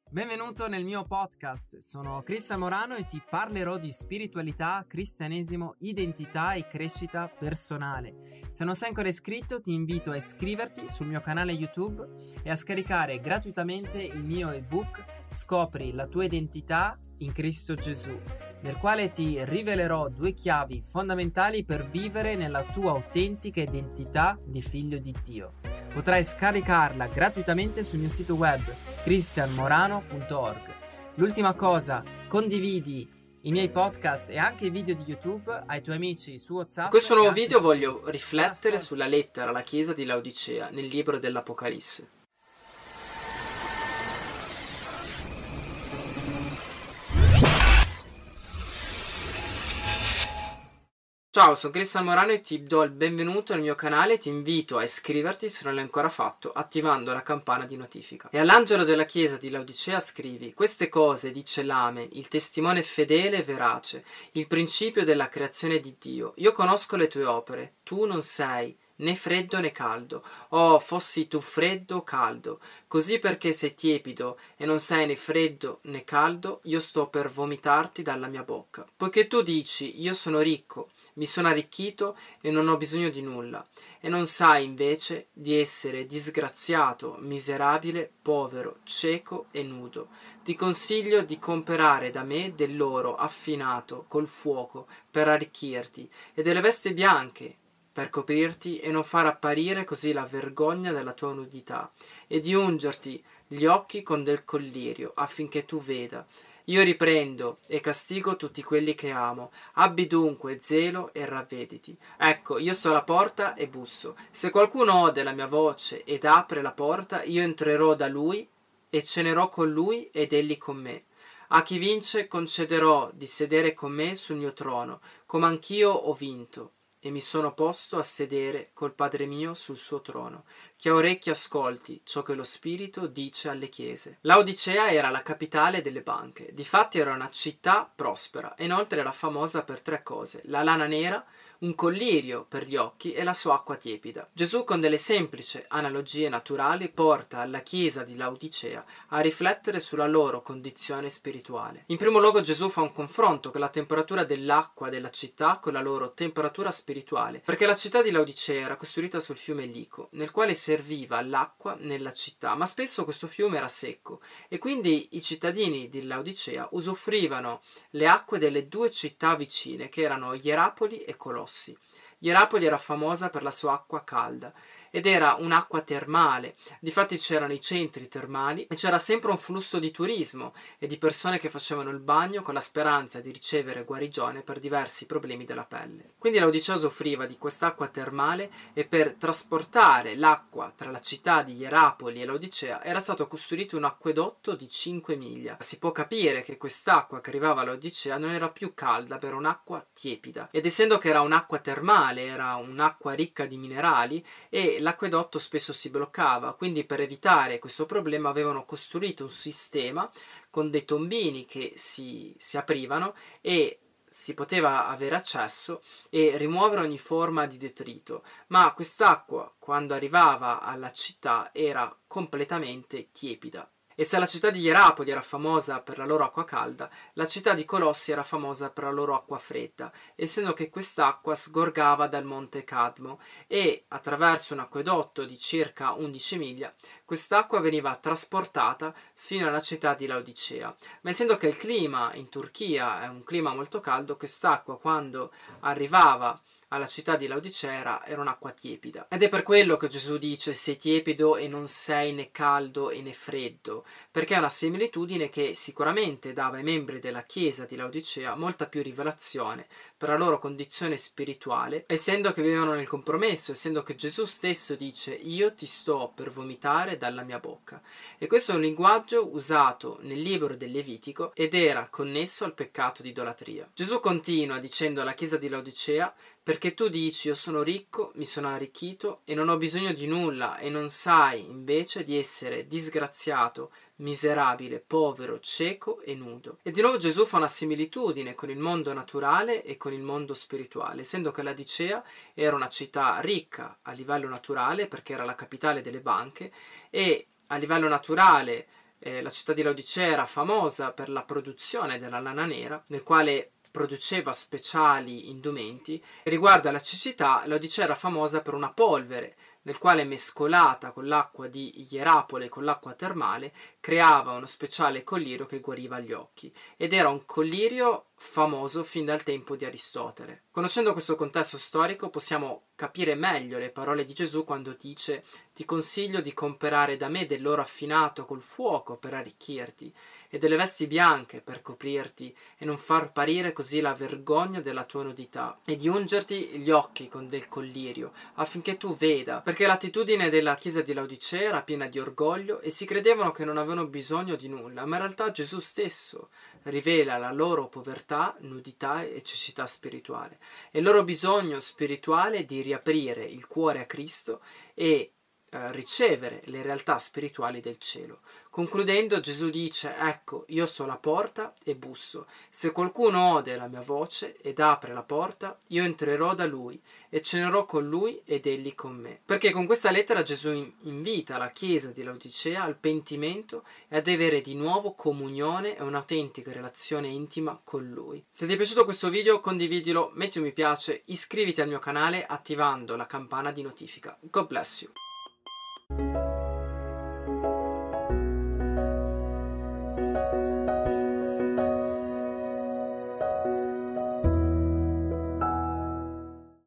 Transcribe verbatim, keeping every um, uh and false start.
Benvenuto nel mio podcast, sono Cristian Morano e ti parlerò di spiritualità, cristianesimo, identità e crescita personale. Se non sei ancora iscritto ti invito a iscriverti sul mio canale YouTube e a scaricare gratuitamente il mio ebook Scopri la tua identità in Cristo Gesù, nel quale ti rivelerò due chiavi fondamentali per vivere nella tua autentica identità di figlio di Dio. Potrai scaricarla gratuitamente sul mio sito web cristian morano punto org. L'ultima cosa, condividi i miei podcast e anche i video di YouTube ai tuoi amici su WhatsApp. In questo nuovo video voglio riflettere sulla lettera alla chiesa di Laodicea nel libro dell'Apocalisse. Ciao, sono Cristian Morano e ti do il benvenuto nel mio canale e ti invito a iscriverti se non l'hai ancora fatto attivando la campana di notifica. E all'angelo della chiesa di Laodicea scrivi: queste cose dice l'Ame, il testimone fedele e verace, il principio della creazione di Dio. Io conosco le tue opere, tu non sei né freddo né caldo. Oh, fossi tu freddo o caldo. Così perché sei tiepido e non sei né freddo né caldo, io sto per vomitarti dalla mia bocca. Poiché tu dici: io sono ricco, mi sono arricchito e non ho bisogno di nulla, e non sai invece di essere disgraziato, miserabile, povero, cieco e nudo. Ti consiglio di comprare da me dell'oro affinato col fuoco per arricchirti e delle vesti bianche per coprirti e non far apparire così la vergogna della tua nudità, e di ungerti gli occhi con del collirio affinché tu veda. Io riprendo e castigo tutti quelli che amo. Abbi dunque zelo e ravvediti. Ecco, io sto alla porta e busso. Se qualcuno ode la mia voce ed apre la porta, io entrerò da lui e cenerò con lui ed egli con me. A chi vince concederò di sedere con me sul mio trono, come anch'io ho vinto e mi sono posto a sedere col Padre mio sul suo trono. Chi ha orecchi ascolti ciò che lo Spirito dice alle chiese. Laodicea era la capitale delle banche, difatti era una città prospera, e inoltre era famosa per tre cose: la lana nera, un collirio per gli occhi e la sua acqua tiepida. Gesù, con delle semplici analogie naturali, porta alla chiesa di Laodicea a riflettere sulla loro condizione spirituale. In primo luogo Gesù fa un confronto con la temperatura dell'acqua della città con la loro temperatura spirituale, perché la città di Laodicea era costruita sul fiume Lico, nel quale serviva l'acqua nella città, ma spesso questo fiume era secco e quindi i cittadini di Laodicea usufruivano le acque delle due città vicine, che erano Ierapoli e Colossi. Ierapoli era famosa per la sua acqua calda ed era un'acqua termale, difatti c'erano i centri termali e c'era sempre un flusso di turismo e di persone che facevano il bagno con la speranza di ricevere guarigione per diversi problemi della pelle. Quindi Laodicea soffriva di quest'acqua termale e per trasportare l'acqua tra la città di Ierapoli e Laodicea era stato costruito un acquedotto di cinque miglia. Si può capire che quest'acqua che arrivava a Laodicea non era più calda, per un'acqua tiepida, ed essendo che era un'acqua termale, era un'acqua ricca di minerali e l'acquedotto spesso si bloccava, quindi per evitare questo problema avevano costruito un sistema con dei tombini che si, si aprivano e si poteva avere accesso e rimuovere ogni forma di detrito, ma quest'acqua quando arrivava alla città era completamente tiepida. E se la città di Ierapoli era famosa per la loro acqua calda, la città di Colossi era famosa per la loro acqua fredda, essendo che quest'acqua sgorgava dal monte Cadmo e attraverso un acquedotto di circa undici miglia quest'acqua veniva trasportata fino alla città di Laodicea. Ma essendo che il clima in Turchia è un clima molto caldo, quest'acqua quando arrivava alla città di Laodicea era, era un'acqua tiepida. Ed è per quello che Gesù dice: sei tiepido e non sei né caldo e né freddo, perché è una similitudine che sicuramente dava ai membri della chiesa di Laodicea molta più rivelazione per la loro condizione spirituale, essendo che vivevano nel compromesso, essendo che Gesù stesso dice: io ti sto per vomitare dalla mia bocca. E questo è un linguaggio usato nel libro del Levitico ed era connesso al peccato di idolatria. Gesù continua dicendo alla chiesa di Laodicea: perché tu dici: io sono ricco, mi sono arricchito e non ho bisogno di nulla, e non sai invece di essere disgraziato, miserabile, povero, cieco e nudo. E di nuovo Gesù fa una similitudine con il mondo naturale e con il mondo spirituale, essendo che Laodicea era una città ricca a livello naturale perché era la capitale delle banche, e a livello naturale Eh, la città di Laodicea era famosa per la produzione della lana nera, nel quale produceva speciali indumenti. E riguardo alla cecità, Laodicea era famosa per una polvere, nel quale mescolata con l'acqua di Ierapole, con l'acqua termale, creava uno speciale collirio che guariva gli occhi. Ed era un collirio famoso fin dal tempo di Aristotele. Conoscendo questo contesto storico possiamo capire meglio le parole di Gesù quando dice: ti consiglio di comperare da me dell'oro affinato col fuoco per arricchirti e delle vesti bianche per coprirti e non far parire così la vergogna della tua nudità, e di ungerti gli occhi con del collirio affinché tu veda, perché l'attitudine della chiesa di Laodicea era piena di orgoglio e si credevano che non avevano bisogno di nulla, ma in realtà Gesù stesso rivela la loro povertà, nudità e cecità spirituale, e il loro bisogno spirituale di riaprire il cuore a Cristo e eh, ricevere le realtà spirituali del cielo. Concludendo, Gesù dice: ecco, io sono alla porta e busso. Se qualcuno ode la mia voce ed apre la porta, io entrerò da lui e cenerò con lui ed egli con me. Perché con questa lettera Gesù invita la chiesa di Laodicea al pentimento e ad avere di nuovo comunione e un'autentica relazione intima con lui. Se ti è piaciuto questo video, condividilo, metti un mi piace, iscriviti al mio canale attivando la campana di notifica. God bless you.